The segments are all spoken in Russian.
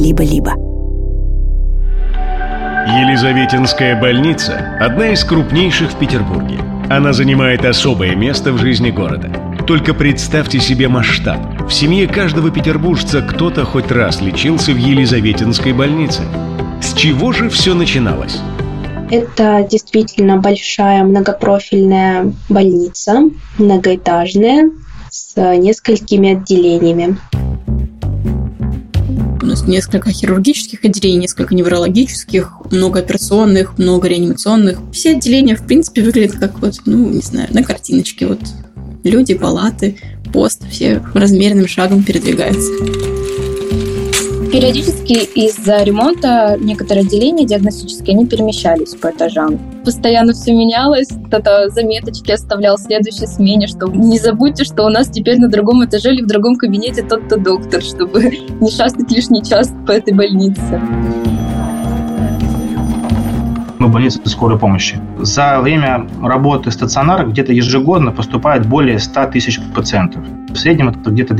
«Либо-либо». Елизаветинская больница – одна из крупнейших в Петербурге. Она занимает особое место в жизни города. Только представьте себе масштаб. В семье каждого петербуржца кто-то хоть раз лечился в Елизаветинской больнице. С чего же все начиналось? Это действительно большая многопрофильная больница, многоэтажная, с несколькими отделениями. У нас несколько хирургических отделений, несколько неврологических, много операционных, много реанимационных. Все отделения, в принципе, выглядят как на картиночке. Люди, палаты, пост, все размеренным шагом передвигаются. Периодически из-за ремонта некоторые отделения диагностические, они перемещались по этажам. Постоянно все менялось. Кто-то заметочки оставлял в следующей смене, что не забудьте, что у нас теперь на другом этаже или в другом кабинете тот-то доктор, чтобы не шастать лишний час по этой больнице. Мы больница скорой помощи. За время работы стационара где-то ежегодно поступает более 100 тысяч пациентов. В среднем это где-то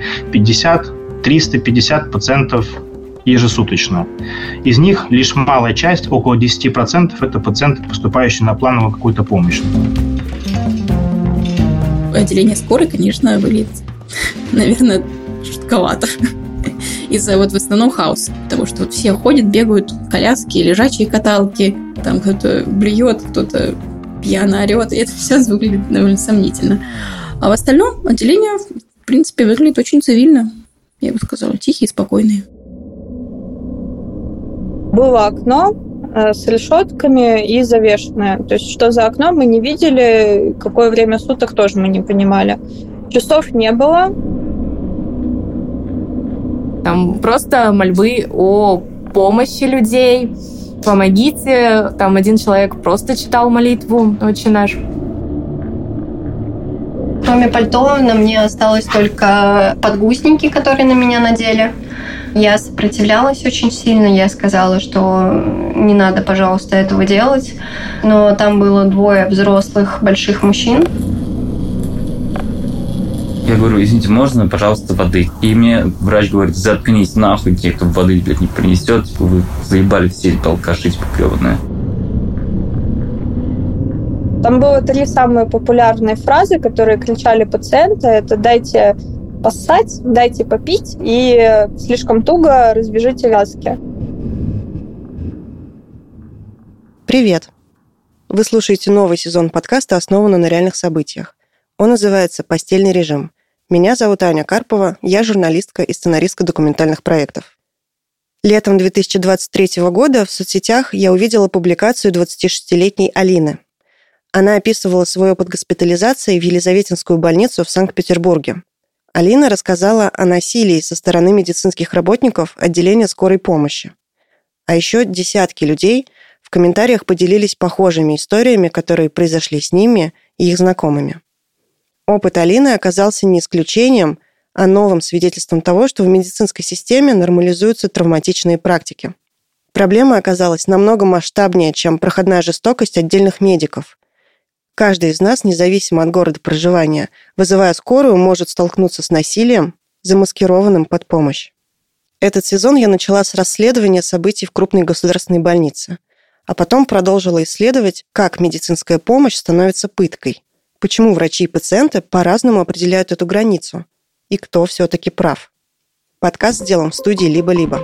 250-350 пациентов ежесуточно. Из них лишь малая часть, около 10%, это пациенты, поступающие на плановую какую-то помощь. Отделение скорой, конечно, выглядит, наверное, жутковато. Из-за в основном хаоса. Потому что все ходят, бегают, коляски, лежачие каталки, там кто-то блюет, кто-то пьяно орет, и это все выглядит довольно сомнительно. А в остальном отделение, в принципе, выглядит очень цивильно. Я бы сказала, тихие и спокойные. Было окно с решетками и завешенное. То есть, что за окно, мы не видели, какое время суток тоже мы не понимали. Часов не было. Там просто мольбы о помощи людей. Помогите. Там один человек просто читал молитву «Отче наш». Кроме пальто на мне осталось только подгузники, которые на меня надели. Я сопротивлялась очень сильно. Я сказала, что не надо, пожалуйста, этого делать. Но там было 2 взрослых больших мужчин. Я говорю, извините, можно, пожалуйста, воды? И мне врач говорит, заткнись нахуй, те, кто воды, блядь, не принесет. Вы заебали все эти алкаши, клёванные. Там было 3 самые популярные фразы, которые кричали пациенты. Это «дайте поссать», «дайте попить» и «слишком туго, развяжите вязки». Привет! Вы слушаете новый сезон подкаста, основанный на реальных событиях. Он называется «Постельный режим». Меня зовут Аня Карпова, я журналистка и сценаристка документальных проектов. Летом 2023 года в соцсетях я увидела публикацию 26-летней Алины. Она описывала свой опыт госпитализации в Елизаветинскую больницу в Санкт-Петербурге. Алина рассказала о насилии со стороны медицинских работников отделения скорой помощи. А еще десятки людей в комментариях поделились похожими историями, которые произошли с ними и их знакомыми. Опыт Алины оказался не исключением, а новым свидетельством того, что в медицинской системе нормализуются травматичные практики. Проблема оказалась намного масштабнее, чем проходная жестокость отдельных медиков. Каждый из нас, независимо от города проживания, вызывая скорую, может столкнуться с насилием, замаскированным под помощь. Этот сезон я начала с расследования событий в крупной государственной больнице, а потом продолжила исследовать, как медицинская помощь становится пыткой, почему врачи и пациенты по-разному определяют эту границу, и кто все-таки прав. Подкаст сделан в студии «Либо-либо».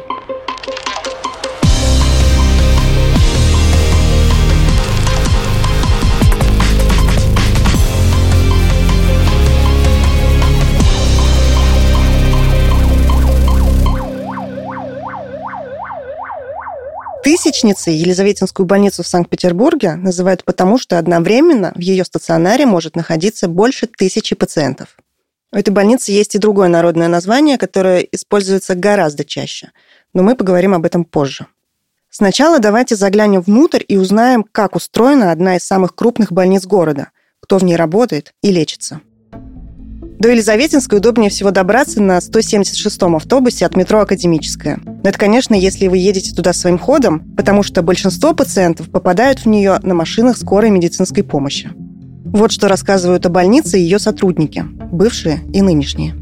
Тысячницей Елизаветинскую больницу в Санкт-Петербурге называют потому, что одновременно в ее стационаре может находиться больше 1000 пациентов. У этой больницы есть и другое народное название, которое используется гораздо чаще, но мы поговорим об этом позже. Сначала давайте заглянем внутрь и узнаем, как устроена одна из самых крупных больниц города, кто в ней работает и лечится. До Елизаветинской удобнее всего добраться на 176-м автобусе от метро «Академическая». Но это, конечно, если вы едете туда своим ходом, потому что большинство пациентов попадают в нее на машинах скорой медицинской помощи. Вот что рассказывают о больнице ее сотрудники, бывшие и нынешние.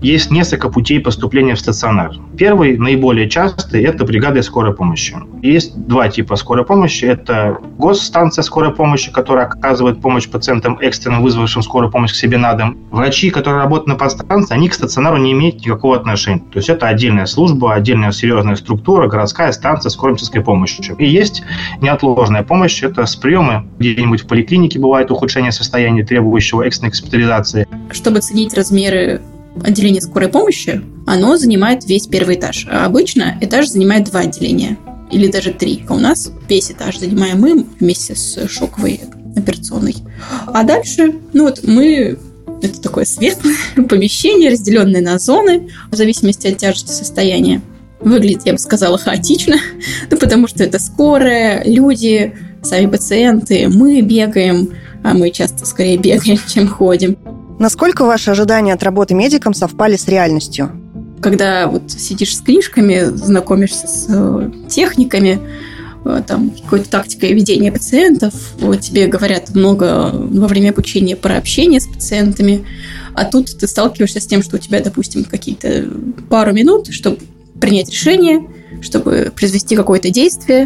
есть несколько путей поступления в стационар. Первый, наиболее частый, это бригады скорой помощи. Есть два типа скорой помощи. Это госстанция скорой помощи, которая оказывает помощь пациентам, экстренно вызвавшим скорую помощь к себе на дом. Врачи, которые работают на подстанции, они к стационару не имеют никакого отношения. То есть это отдельная служба, отдельная серьезная структура, городская станция скорой медицинской помощи. И есть неотложная помощь. Это с приема где-нибудь в поликлинике бывает ухудшение состояния, требующего экстренной госпитализации. Чтобы оценить размеры отделение скорой помощи, оно занимает весь первый этаж. А обычно этаж занимает 2 отделения. Или даже 3. А у нас весь этаж занимаем мы вместе с шоковой операционной. А дальше, мы... Это такое светлое помещение, разделенное на зоны, в зависимости от тяжести состояния. Выглядит, я бы сказала, хаотично, потому что это скорая, люди, сами пациенты, мы бегаем, а мы часто скорее бегаем, чем ходим. Насколько ваши ожидания от работы медиком совпали с реальностью? Когда сидишь с книжками, знакомишься с техниками, какой-то тактикой ведения пациентов, тебе говорят много во время обучения про общение с пациентами, а тут ты сталкиваешься с тем, что у тебя, допустим, какие-то пару минут, чтобы принять решение, чтобы произвести какое-то действие,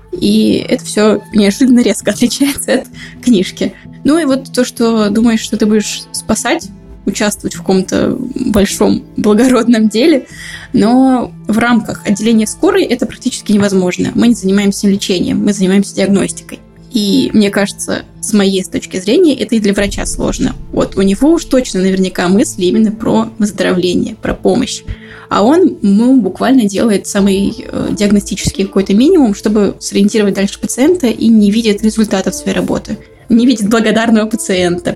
и это все неожиданно резко отличается от книжки. И то, что думаешь, что ты будешь спасать, участвовать в каком-то большом благородном деле, но в рамках отделения скорой это практически невозможно. Мы не занимаемся лечением, мы занимаемся диагностикой. И мне кажется, с моей точки зрения, это и для врача сложно. У него уж точно наверняка мысли именно про выздоровление, про помощь. А он буквально делает самый диагностический какой-то минимум, чтобы сориентировать дальше пациента, и не видит результатов своей работы, не видит благодарного пациента.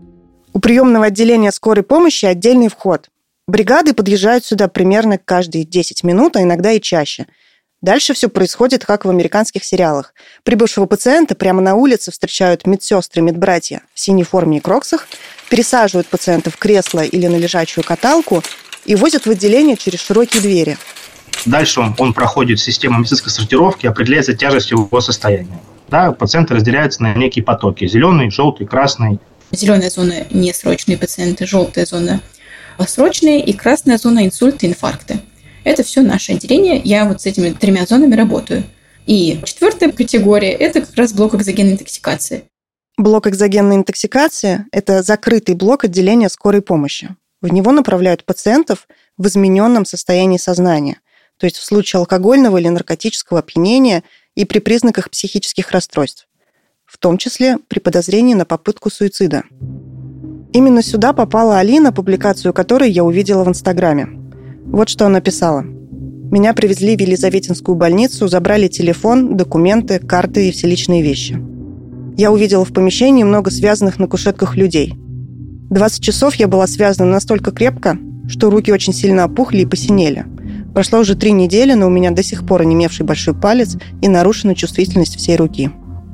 У приемного отделения скорой помощи отдельный вход. Бригады подъезжают сюда примерно каждые 10 минут, а иногда и чаще. Дальше все происходит, как в американских сериалах. Прибывшего пациента прямо на улице встречают медсестры, медбратья в синей форме и кроксах, пересаживают пациента в кресло или на лежачую каталку и возят в отделение через широкие двери. Дальше он проходит систему медицинской сортировки, определяется тяжесть его состояния. Пациенты разделяются на некие потоки. Зеленый, желтый, красный. Зеленая зона – несрочные пациенты, желтая зона – срочные, и красная зона – инсульты, инфаркты. Это все наше отделение. Я с этими 3 зонами работаю. И 4-я категория – это как раз блок экзогенной интоксикации. Блок экзогенной интоксикации – это закрытый блок отделения скорой помощи. В него направляют пациентов в измененном состоянии сознания, то есть в случае алкогольного или наркотического опьянения и при признаках психических расстройств, в том числе при подозрении на попытку суицида. Именно сюда попала Алина, публикацию которой я увидела в Инстаграме. Вот что она писала. «Меня привезли в Елизаветинскую больницу, забрали телефон, документы, карты и все личные вещи. Я увидела в помещении много связанных на кушетках людей. 20 часов я была связана настолько крепко, что руки очень сильно опухли и посинели. Прошло уже 3 недели, но у меня до сих пор онемевший большой палец и нарушена чувствительность всей руки».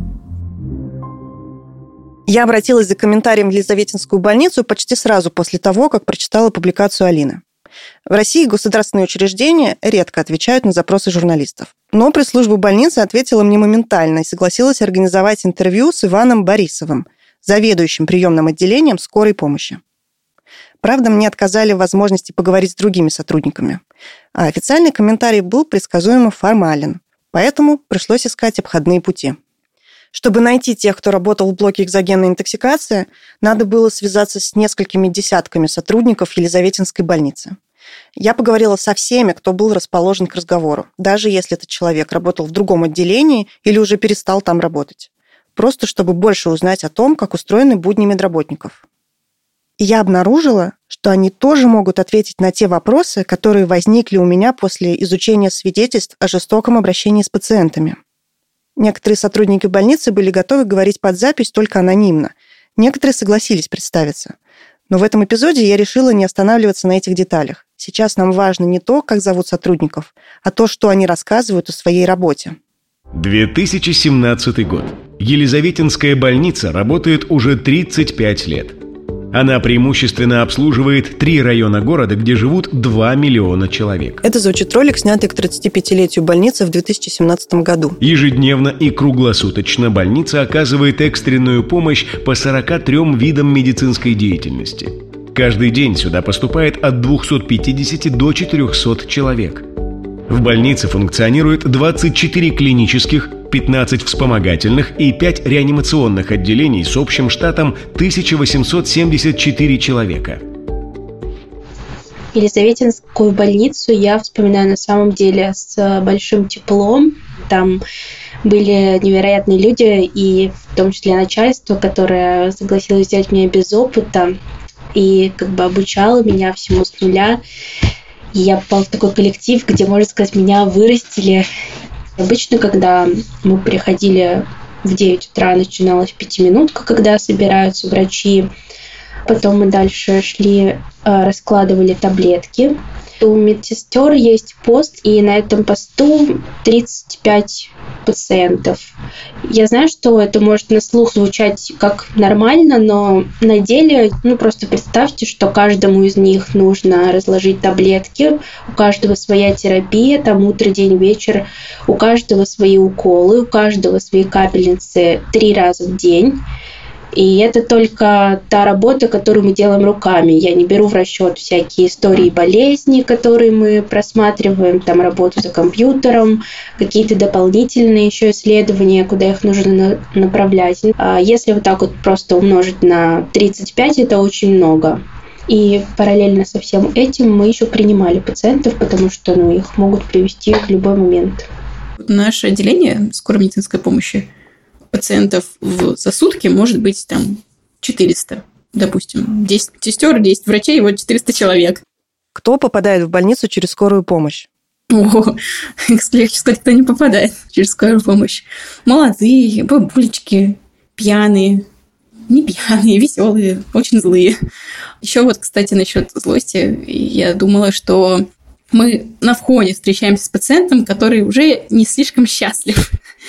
Я обратилась за комментарием в Елизаветинскую больницу почти сразу после того, как прочитала публикацию Алины. В России государственные учреждения редко отвечают на запросы журналистов. Но пресс-служба больницы ответила мне моментально и согласилась организовать интервью с Иваном Борисовым, заведующим приемным отделением скорой помощи. Правда, мне отказали в возможности поговорить с другими сотрудниками. А официальный комментарий был предсказуемо формален, поэтому пришлось искать обходные пути. Чтобы найти тех, кто работал в блоке экзогенной интоксикации, надо было связаться с несколькими десятками сотрудников Елизаветинской больницы. Я поговорила со всеми, кто был расположен к разговору, даже если этот человек работал в другом отделении или уже перестал там работать. Просто чтобы больше узнать о том, как устроены будни медработников. И я обнаружила, что они тоже могут ответить на те вопросы, которые возникли у меня после изучения свидетельств о жестоком обращении с пациентами. Некоторые сотрудники больницы были готовы говорить под запись только анонимно. Некоторые согласились представиться. Но в этом эпизоде я решила не останавливаться на этих деталях. Сейчас нам важно не то, как зовут сотрудников, а то, что они рассказывают о своей работе. 2017 год. Елизаветинская больница работает уже 35 лет. Она преимущественно обслуживает 3 района города, где живут 2 миллиона человек. Это звучит ролик, снятый к 35-летию больницы в 2017 году. Ежедневно и круглосуточно больница оказывает экстренную помощь по 43 видам медицинской деятельности. Каждый день сюда поступает от 250 до 400 человек. В больнице функционирует 24 клинических, 15 вспомогательных и 5 реанимационных отделений с общим штатом 1874 человека. Елизаветинскую больницу я вспоминаю на самом деле с большим теплом. Там были невероятные люди, и в том числе начальство, которое согласилось взять меня без опыта и обучало меня всему с нуля. И я попала в такой коллектив, где, можно сказать, меня вырастили. Обычно, когда мы приходили в 9 утра, начиналась 5-минутка, когда собираются врачи. Потом мы дальше шли, раскладывали таблетки. У медсестер есть пост, и на этом посту 35 пациентов. Я знаю, что это может на слух звучать как нормально, но на деле, просто представьте, что каждому из них нужно разложить таблетки, у каждого своя терапия, там утро, день, вечер, у каждого свои уколы, у каждого свои капельницы 3 раза в день. И это только та работа, которую мы делаем руками. Я не беру в расчет всякие истории болезней, которые мы просматриваем, там работу за компьютером, какие-то дополнительные еще исследования, куда их нужно направлять. А если вот так вот просто умножить на 35, это очень много. И параллельно со всем этим мы еще принимали пациентов, потому что их могут привести в любой момент. Наше отделение скорой медицинской помощи пациентов за сутки может быть 400. Допустим, 10 сестер, 10 врачей, 400 человек. Кто попадает в больницу через скорую помощь? Легче сказать, кто не попадает через скорую помощь. Молодые, бабулечки, пьяные, не пьяные, веселые, очень злые. Еще кстати, насчет злости. Я думала, что мы на входе встречаемся с пациентом, который уже не слишком счастлив.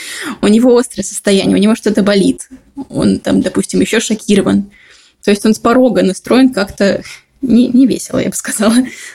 У него острое состояние, у него что-то болит. Он допустим, еще шокирован. То есть он с порога настроен как-то не весело, я бы сказала.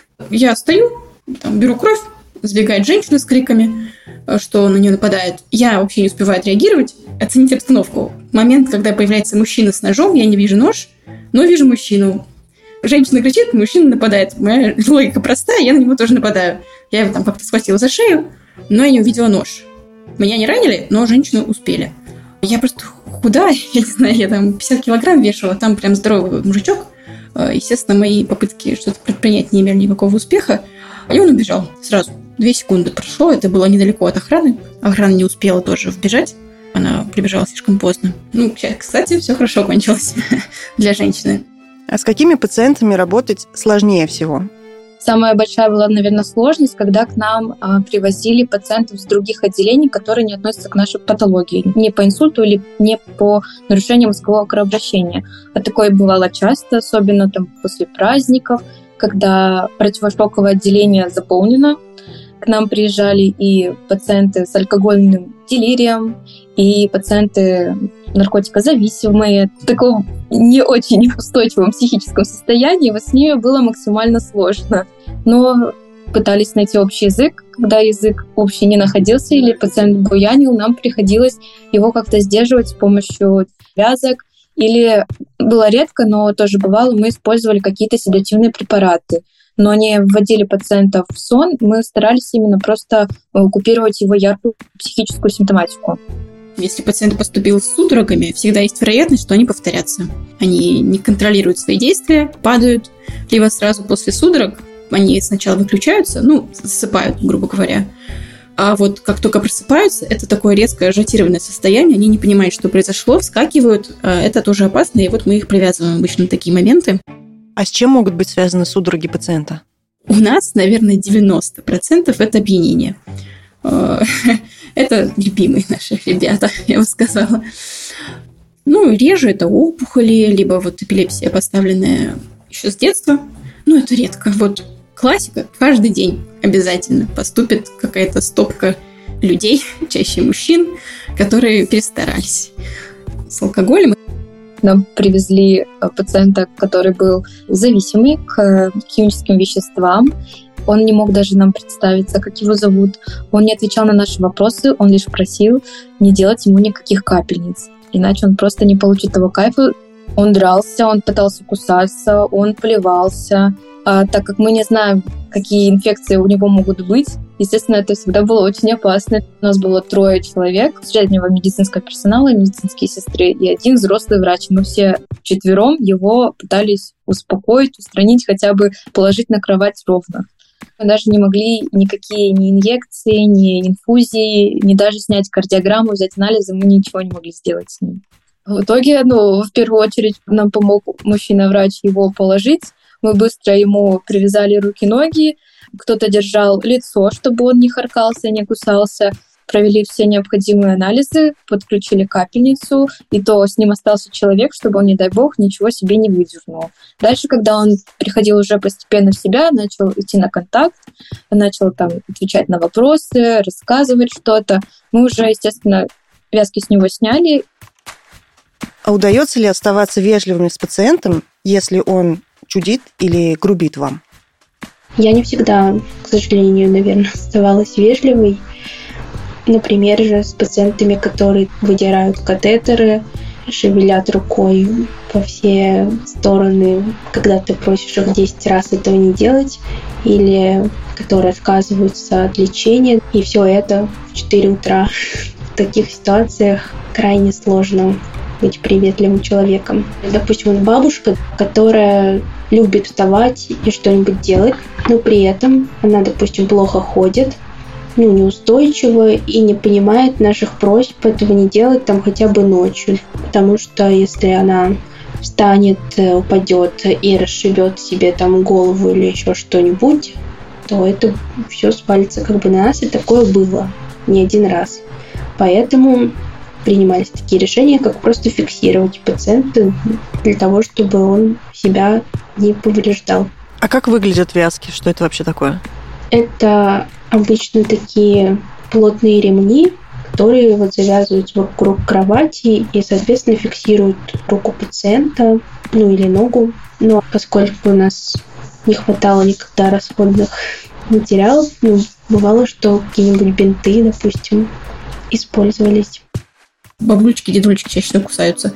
Я стою, беру кровь, сбегает женщина с криками, что на нее нападает. Я вообще не успеваю отреагировать, оценить обстановку. Момент, когда появляется мужчина с ножом, я не вижу нож, но вижу мужчину. Женщина кричит, мужчина нападает. Моя логика простая, я на него тоже нападаю. Я его как-то схватила за шею, но я не увидела нож. Меня не ранили, но женщину успели. Я просто худая, я не знаю, я 50 килограмм вешала, там прям здоровый мужичок. Естественно, мои попытки что-то предпринять не имели никакого успеха. И он убежал сразу. 2 секунды прошло, это было недалеко от охраны. Охрана не успела тоже вбежать. Она прибежала слишком поздно. Кстати, все хорошо кончилось для женщины. А с какими пациентами работать сложнее всего? Самая большая была, наверное, сложность, когда к нам привозили пациентов с других отделений, которые не относятся к нашей патологии. Не по инсульту или не по нарушению мозгового кровообращения. А такое бывало часто, особенно после праздников, когда противошоковое отделение заполнено. К нам приезжали и пациенты с алкогольным делирием, и пациенты наркотикозависимые, в таком не очень устойчивом психическом состоянии. С ними было максимально сложно. Но пытались найти общий язык. Когда язык общий не находился или пациент буянил, нам приходилось его как-то сдерживать с помощью вязок. Или было редко, но тоже бывало, мы использовали какие-то седативные препараты. Но не вводили пациента в сон, мы старались именно просто купировать его яркую психическую симптоматику. Если пациент поступил с судорогами, всегда есть вероятность, что они повторятся. Они не контролируют свои действия, падают, либо сразу после судорог они сначала выключаются, засыпают, грубо говоря. А как только просыпаются, это такое резкое ажиотированное состояние, они не понимают, что произошло, вскакивают, это тоже опасно, и мы их привязываем обычно на такие моменты. А с чем могут быть связаны судороги пациента? У нас, наверное, 90% это опьянение. Это любимые наши ребята, я бы сказала. Реже это опухоли, либо эпилепсия, поставленная еще с детства. Это редко. Классика. Каждый день обязательно поступит какая-то стопка людей, чаще мужчин, которые перестарались. С алкоголем. Нам привезли пациента, который был зависимый к химическим веществам. Он не мог даже нам представиться, как его зовут. Он не отвечал на наши вопросы, он лишь просил не делать ему никаких капельниц. Иначе он просто не получит того кайфа, Он дрался, он пытался кусаться, он плевался. А так как мы не знаем, какие инфекции у него могут быть, естественно, это всегда было очень опасно. У нас было 3 человек, среднего медицинского персонала, медицинские сестры и 1 взрослый врач. Мы все 4 его пытались успокоить, устранить, хотя бы положить на кровать ровно. Мы даже не могли никакие ни инъекции, ни инфузии, ни даже снять кардиограмму, взять анализы, мы ничего не могли сделать с ним. В итоге, в первую очередь, нам помог мужчина-врач его положить. Мы быстро ему привязали руки-ноги, кто-то держал лицо, чтобы он не харкался, не кусался. Провели все необходимые анализы, подключили капельницу, и то с ним остался человек, чтобы он, не дай бог, ничего себе не выдернул. Дальше, когда он приходил уже постепенно в себя, начал идти на контакт, начал там отвечать на вопросы, рассказывать что-то, мы уже, естественно, вязки с него сняли. А удается ли оставаться вежливыми с пациентом, если он чудит или грубит вам? Я не всегда, к сожалению, наверное, оставалась вежливой. Например, же с пациентами, которые выдирают катетеры, шевелят рукой по все стороны, когда ты просишь их 10 раз этого не делать, или которые отказываются от лечения, и все это в 4 утра. В таких ситуациях крайне сложно быть приветливым человеком. Допустим, бабушка, которая любит вставать и что-нибудь делать, но при этом она, допустим, плохо ходит, неустойчива и не понимает наших просьб этого не делать там хотя бы ночью. Потому что если она встанет, упадет и расшибет себе там голову или еще что-нибудь, то это все свалится как бы на нас, и такое было не один раз. Поэтому принимались такие решения, как просто фиксировать пациента для того, чтобы он себя не повреждал. А как выглядят вязки? Что это вообще такое? Это обычно такие плотные ремни, которые завязываются вокруг кровати и, соответственно, фиксируют руку пациента, или ногу. Но поскольку у нас не хватало никогда расходных материалов, бывало, что какие-нибудь бинты, допустим, использовались. Бабулечки, дедулечки чаще всего кусаются.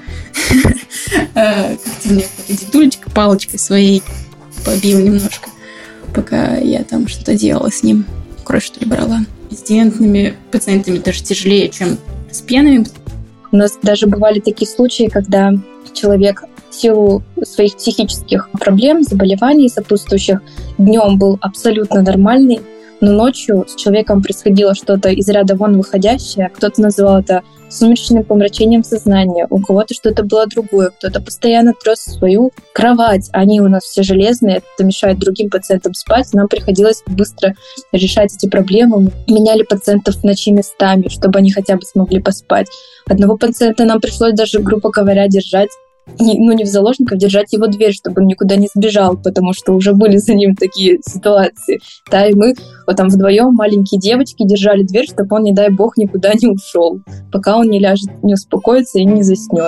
Как-то мне дедулечка палочкой своей побил немножко, пока я там что-то делала с ним. Кровь, что ли, брала. С дентными пациентами даже тяжелее, чем с пьяными. У нас даже бывали такие случаи, когда человек в силу своих психических проблем, заболеваний сопутствующих, днем был абсолютно нормальный, но ночью с человеком происходило что-то из ряда вон выходящее. Кто-то называл это сумеречным помрачением сознания, у кого-то что-то было другое, кто-то постоянно трёс свою кровать. Они у нас все железные, это мешает другим пациентам спать. Нам приходилось быстро решать эти проблемы. Мы меняли пациентов в ночи местами, чтобы они хотя бы смогли поспать. Одного пациента нам пришлось даже, грубо говоря, держать, не в заложниках, держать его дверь, чтобы он никуда не сбежал, потому что уже были за ним такие ситуации. Да, и мы там вдвоем, маленькие девочки, держали дверь, чтобы он, не дай бог, никуда не ушел, пока он не ляжет, не успокоится и не заснет.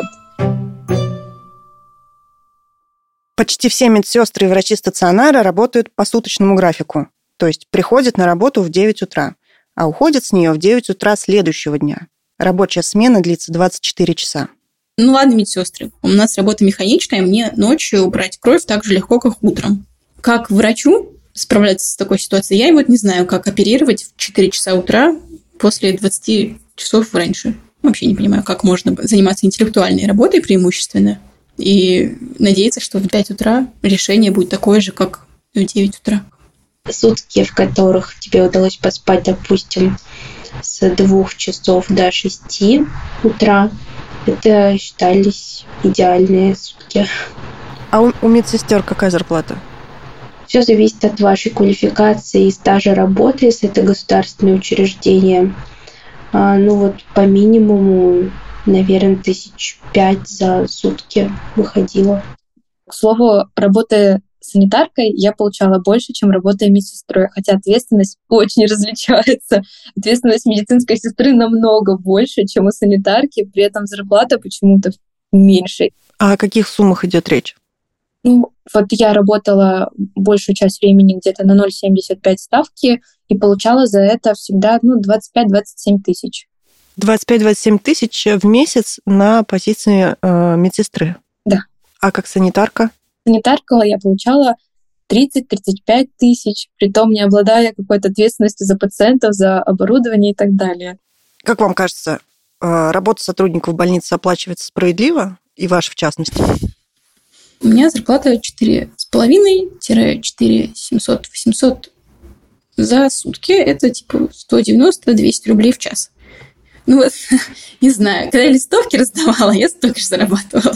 Почти все медсестры и врачи стационара работают по суточному графику, то есть приходят на работу в 9 утра, а уходят с нее в 9 утра следующего дня. Рабочая смена длится 24 часа. Ладно, медсестры, у нас работа механичная, мне ночью брать кровь так же легко, как утром. Как врачу справляться с такой ситуацией, я не знаю, как оперировать в 4 часа утра после 20 часов раньше. Вообще не понимаю, как можно заниматься интеллектуальной работой преимущественно и надеяться, что в 5 утра решение будет такое же, как в 9 утра. Сутки, в которых тебе удалось поспать, допустим, с 2 часов до 6 утра, это считались идеальные сутки. А у медсестер какая зарплата? Все зависит от вашей квалификации и стажа работы, если это государственное учреждение. По минимуму, наверное, 5,000 за сутки выходило. К слову, работая санитаркой, я получала больше, чем работая медсестрой, хотя ответственность очень различается. Ответственность медицинской сестры намного больше, чем у санитарки, при этом зарплата почему-то меньше. А о каких суммах идет речь? Я работала большую часть времени где-то на 0,75 ставки и получала за это всегда 25-27 тысяч. 25-27 тысяч в месяц на позиции медсестры? Да. А как санитарка? Санитарка я получала 30-35 тысяч, притом не обладая какой-то ответственностью за пациентов, за оборудование и так далее. Как вам кажется, работа сотрудников больницы оплачивается справедливо? И ваша в частности? У меня зарплата 4,5-4,700-800 за сутки. Это типа 190-200 рублей в час. Ну вот, не знаю, когда я листовки раздавала, я столько же зарабатывала.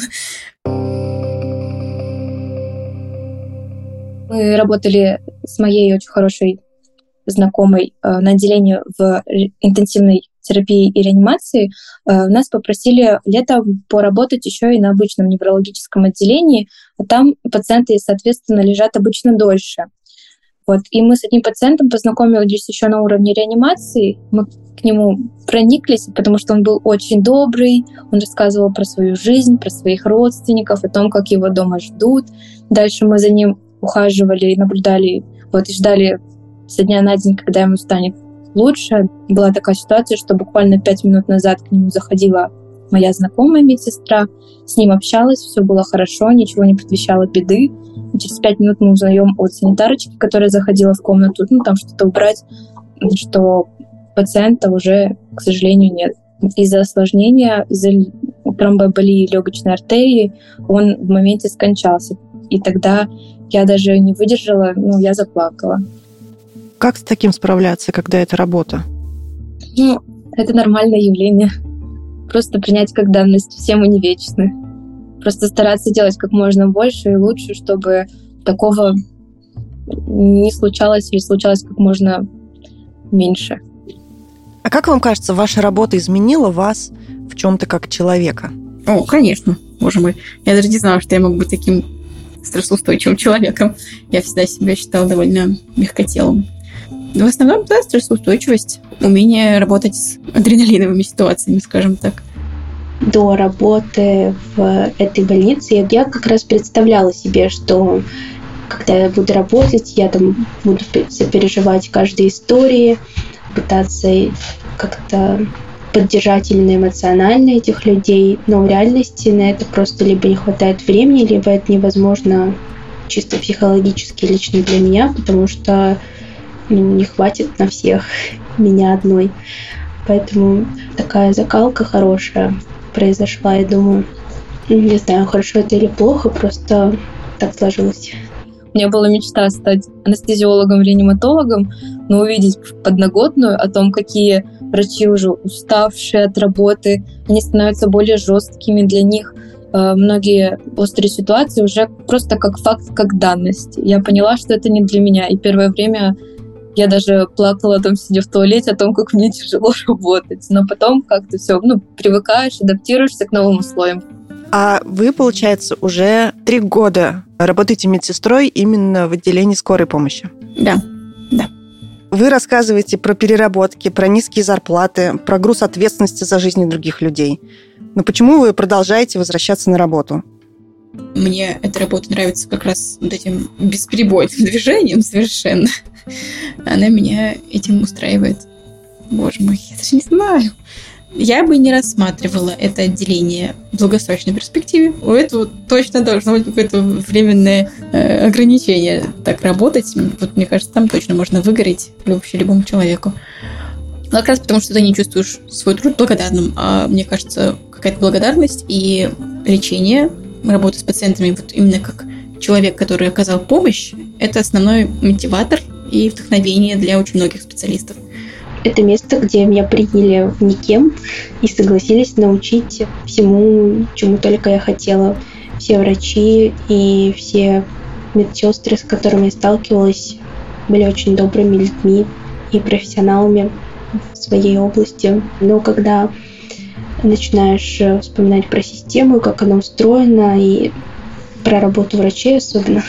Мы работали с моей очень хорошей знакомой на отделении в интенсивной терапии и реанимации. Нас попросили летом поработать еще и на обычном неврологическом отделении, а там пациенты, соответственно, лежат обычно дольше. Вот. И мы с одним пациентом познакомились еще на уровне реанимации. Мы к нему прониклись, потому что он был очень добрый, он рассказывал про свою жизнь, про своих родственников, о том, как его дома ждут. Дальше мы за ним ухаживали, наблюдали, вот, и ждали со дня на день, когда ему станет лучше. Была такая ситуация, что буквально 5 минут назад к нему заходила моя знакомая медсестра, с ним общалась, все было хорошо, ничего не предвещало беды. И через 5 минут мы узнаем от санитарочки, которая заходила в комнату, там что-то убрать, что пациента уже, к сожалению, нет. Из-за осложнения, из-за тромбоэмболии легочной артерии он в моменте скончался. И тогда я даже не выдержала, я заплакала. Как с таким справляться, когда это работа? Это нормальное явление. Просто принять как данность. Все мы не вечны. Просто стараться делать как можно больше и лучше, чтобы такого не случалось или случалось как можно меньше. А как вам кажется, ваша работа изменила вас в чем-то как человека? О, конечно, боже мой. Я даже не знала, что я могу быть таким стрессоустойчивым человеком. Я всегда себя считала довольно мягкотелым. В основном, да, стрессоустойчивость, умение работать с адреналиновыми ситуациями, скажем так. До работы в этой больнице я как раз представляла себе, что когда я буду работать, я там буду сопереживать каждой истории, пытаться как-то поддержать именно эмоционально этих людей, но в реальности на это просто либо не хватает времени, либо это невозможно чисто психологически лично для меня, потому что не хватит на всех меня одной. Поэтому такая закалка хорошая произошла, я думаю. Не знаю, хорошо это или плохо, просто так сложилось. У меня была мечта стать анестезиологом-реаниматологом, но увидеть подноготную о том, какие врачи уже уставшие от работы, они становятся более жесткими для них. Многие острые ситуации уже просто как факт, как данность. Я поняла, что это не для меня. И первое время я даже плакала там, сидя в туалете, о том, как мне тяжело работать. Но потом как-то все, привыкаешь, адаптируешься к новым условиям. А вы, получается, уже 3 года работаете медсестрой именно в отделении скорой помощи? Да. Вы рассказываете про переработки, про низкие зарплаты, про груз ответственности за жизни других людей. Но почему вы продолжаете возвращаться на работу? Мне эта работа нравится как раз вот этим бесперебойным движением совершенно. Она меня этим устраивает. Боже мой, я даже не знаю. Я бы не рассматривала это отделение в долгосрочной перспективе. У этого точно должно быть какое-то временное ограничение так работать. Вот, мне кажется, там точно можно выгореть вообще любому человеку. Как раз потому, что ты не чувствуешь свой труд благодарным. А мне кажется, какая-то благодарность и лечение, работа с пациентами, вот именно как человек, который оказал помощь, это основной мотиватор и вдохновение для очень многих специалистов. Это место, где меня приняли никем и согласились научить всему, чему только я хотела. Все врачи и все медсестры, с которыми я сталкивалась, были очень добрыми людьми и профессионалами в своей области. Но когда начинаешь вспоминать про систему, как она устроена, и про работу врачей особенно,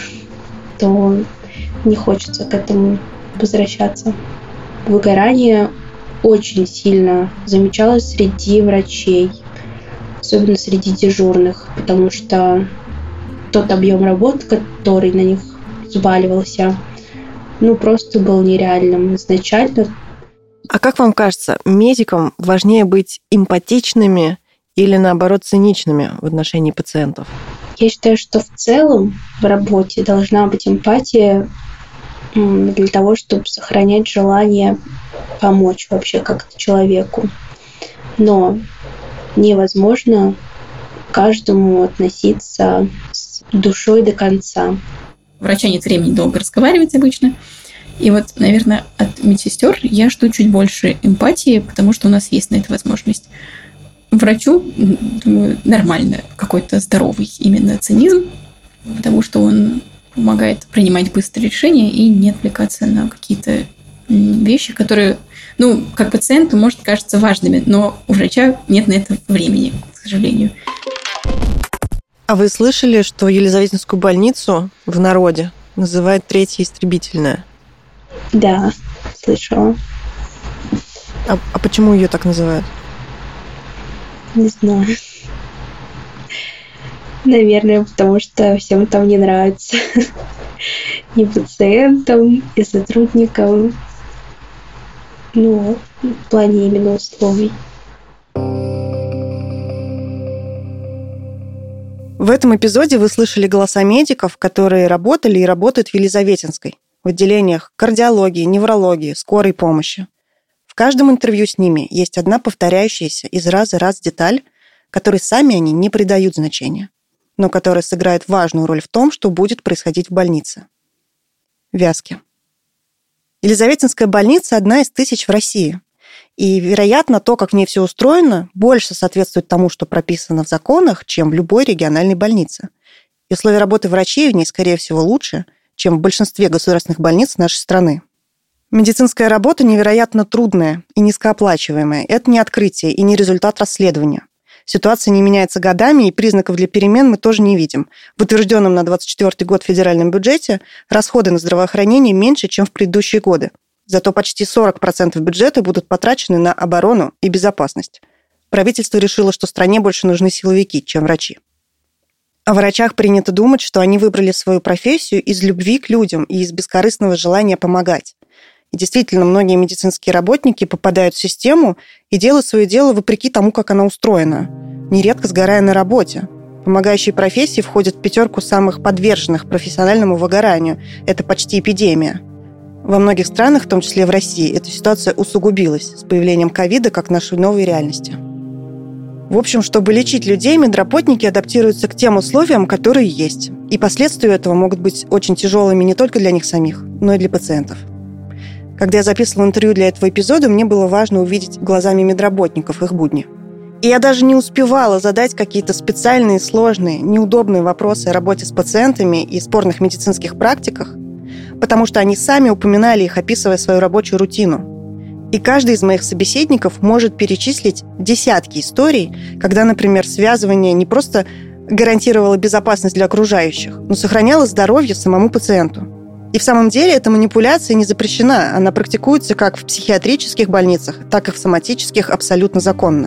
то не хочется к этому возвращаться. Выгорание очень сильно замечалось среди врачей, особенно среди дежурных, потому что тот объем работы, который на них взваливался, просто был нереальным изначально. А как вам кажется, медикам важнее быть эмпатичными или, наоборот, циничными в отношении пациентов? Я считаю, что в целом в работе должна быть эмпатия для того, чтобы сохранять желание помочь вообще как-то человеку. Но невозможно к каждому относиться с душой до конца. У врача нет времени долго разговаривать обычно. И вот, наверное, от медсестер я жду чуть больше эмпатии, потому что у нас есть на это возможность. Врачу, думаю, нормально какой-то здоровый именно цинизм, потому что он помогает принимать быстрые решения и не отвлекаться на какие-то вещи, которые, как пациенту, может, кажутся важными, но у врача нет на это времени, к сожалению. А вы слышали, что Елизаветинскую больницу в народе называют третья истребительная? Да, слышала. А почему ее так называют? Не знаю. Наверное, потому что всем там не нравится. И пациентам, и сотрудникам. В плане именно условий. В этом эпизоде вы слышали голоса медиков, которые работали и работают в Елизаветинской, в отделениях кардиологии, неврологии, скорой помощи. В каждом интервью с ними есть одна повторяющаяся из раза в раз деталь, которой сами они не придают значения, но которая сыграет важную роль в том, что будет происходить в больнице. Вязки. Елизаветинская больница – одна из 1000 в России. И, вероятно, то, как в ней все устроено, больше соответствует тому, что прописано в законах, чем в любой региональной больнице. И условия работы врачей в ней, скорее всего, лучше, чем в большинстве государственных больниц нашей страны. Медицинская работа невероятно трудная и низкооплачиваемая. Это не открытие и не результат расследования. Ситуация не меняется годами, и признаков для перемен мы тоже не видим. В утвержденном на 2024 год федеральном бюджете расходы на здравоохранение меньше, чем в предыдущие годы. Зато почти 40% бюджета будут потрачены на оборону и безопасность. Правительство решило, что стране больше нужны силовики, чем врачи. О врачах принято думать, что они выбрали свою профессию из любви к людям и из бескорыстного желания помогать. И действительно, многие медицинские работники попадают в систему и делают свое дело вопреки тому, как она устроена, нередко сгорая на работе. Помогающие профессии входят в 5 самых подверженных профессиональному выгоранию. Это почти эпидемия. Во многих странах, в том числе в России, эта ситуация усугубилась с появлением ковида как нашей новой реальности. В общем, чтобы лечить людей, медработники адаптируются к тем условиям, которые есть. И последствия этого могут быть очень тяжелыми не только для них самих, но и для пациентов. Когда я записывала интервью для этого эпизода, мне было важно увидеть глазами медработников их будни. И я даже не успевала задать какие-то специальные, сложные, неудобные вопросы о работе с пациентами и спорных медицинских практиках, потому что они сами упоминали их, описывая свою рабочую рутину. И каждый из моих собеседников может перечислить десятки историй, когда, например, связывание не просто гарантировало безопасность для окружающих, но сохраняло здоровье самому пациенту. И в самом деле эта манипуляция не запрещена, она практикуется как в психиатрических больницах, так и в соматических абсолютно законно.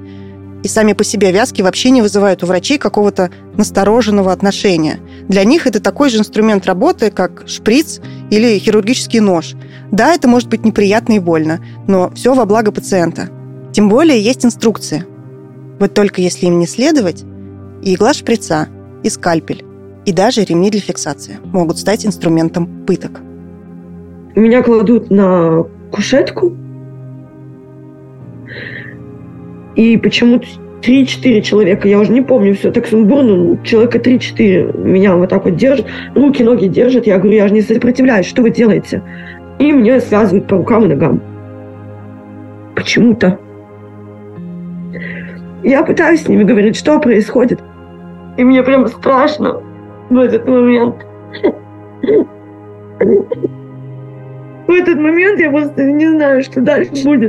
И сами по себе вязки вообще не вызывают у врачей какого-то настороженного отношения. Для них это такой же инструмент работы, как шприц или хирургический нож. Да, это может быть неприятно и больно, но все во благо пациента. Тем более есть инструкции. Вот только если им не следовать, и игла шприца, и скальпель, и даже ремни для фиксации могут стать инструментом пыток. Меня кладут на кушетку, и почему-то 3-4 человека, я уже не помню, все так сумбурно, человека 3-4 меня вот так вот держат, руки, ноги держат, я говорю, я же не сопротивляюсь, что вы делаете? И меня связывают по рукам и ногам. Почему-то. Я пытаюсь с ними говорить, что происходит, и мне прям страшно в этот момент. В этот момент я просто не знаю, что дальше будет.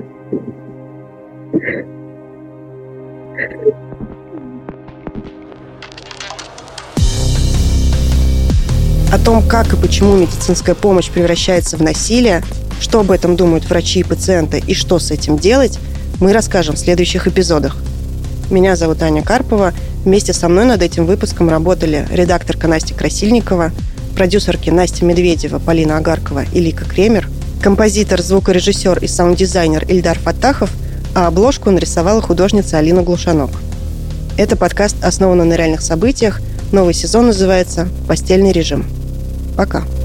О том, как и почему медицинская помощь превращается в насилие, что об этом думают врачи и пациенты и что с этим делать, мы расскажем в следующих эпизодах. Меня зовут Аня Карпова. Вместе со мной над этим выпуском работали редакторка Настя Красильникова, продюсерки Настя Медведева, Полина Агаркова и Лика Кремер, композитор, звукорежиссер и саунд-дизайнер Ильдар Фаттахов, а обложку нарисовала художница Алина Глушанок. Это подкаст «Основано на реальных событиях». Новый сезон называется «Постельный режим». Пока.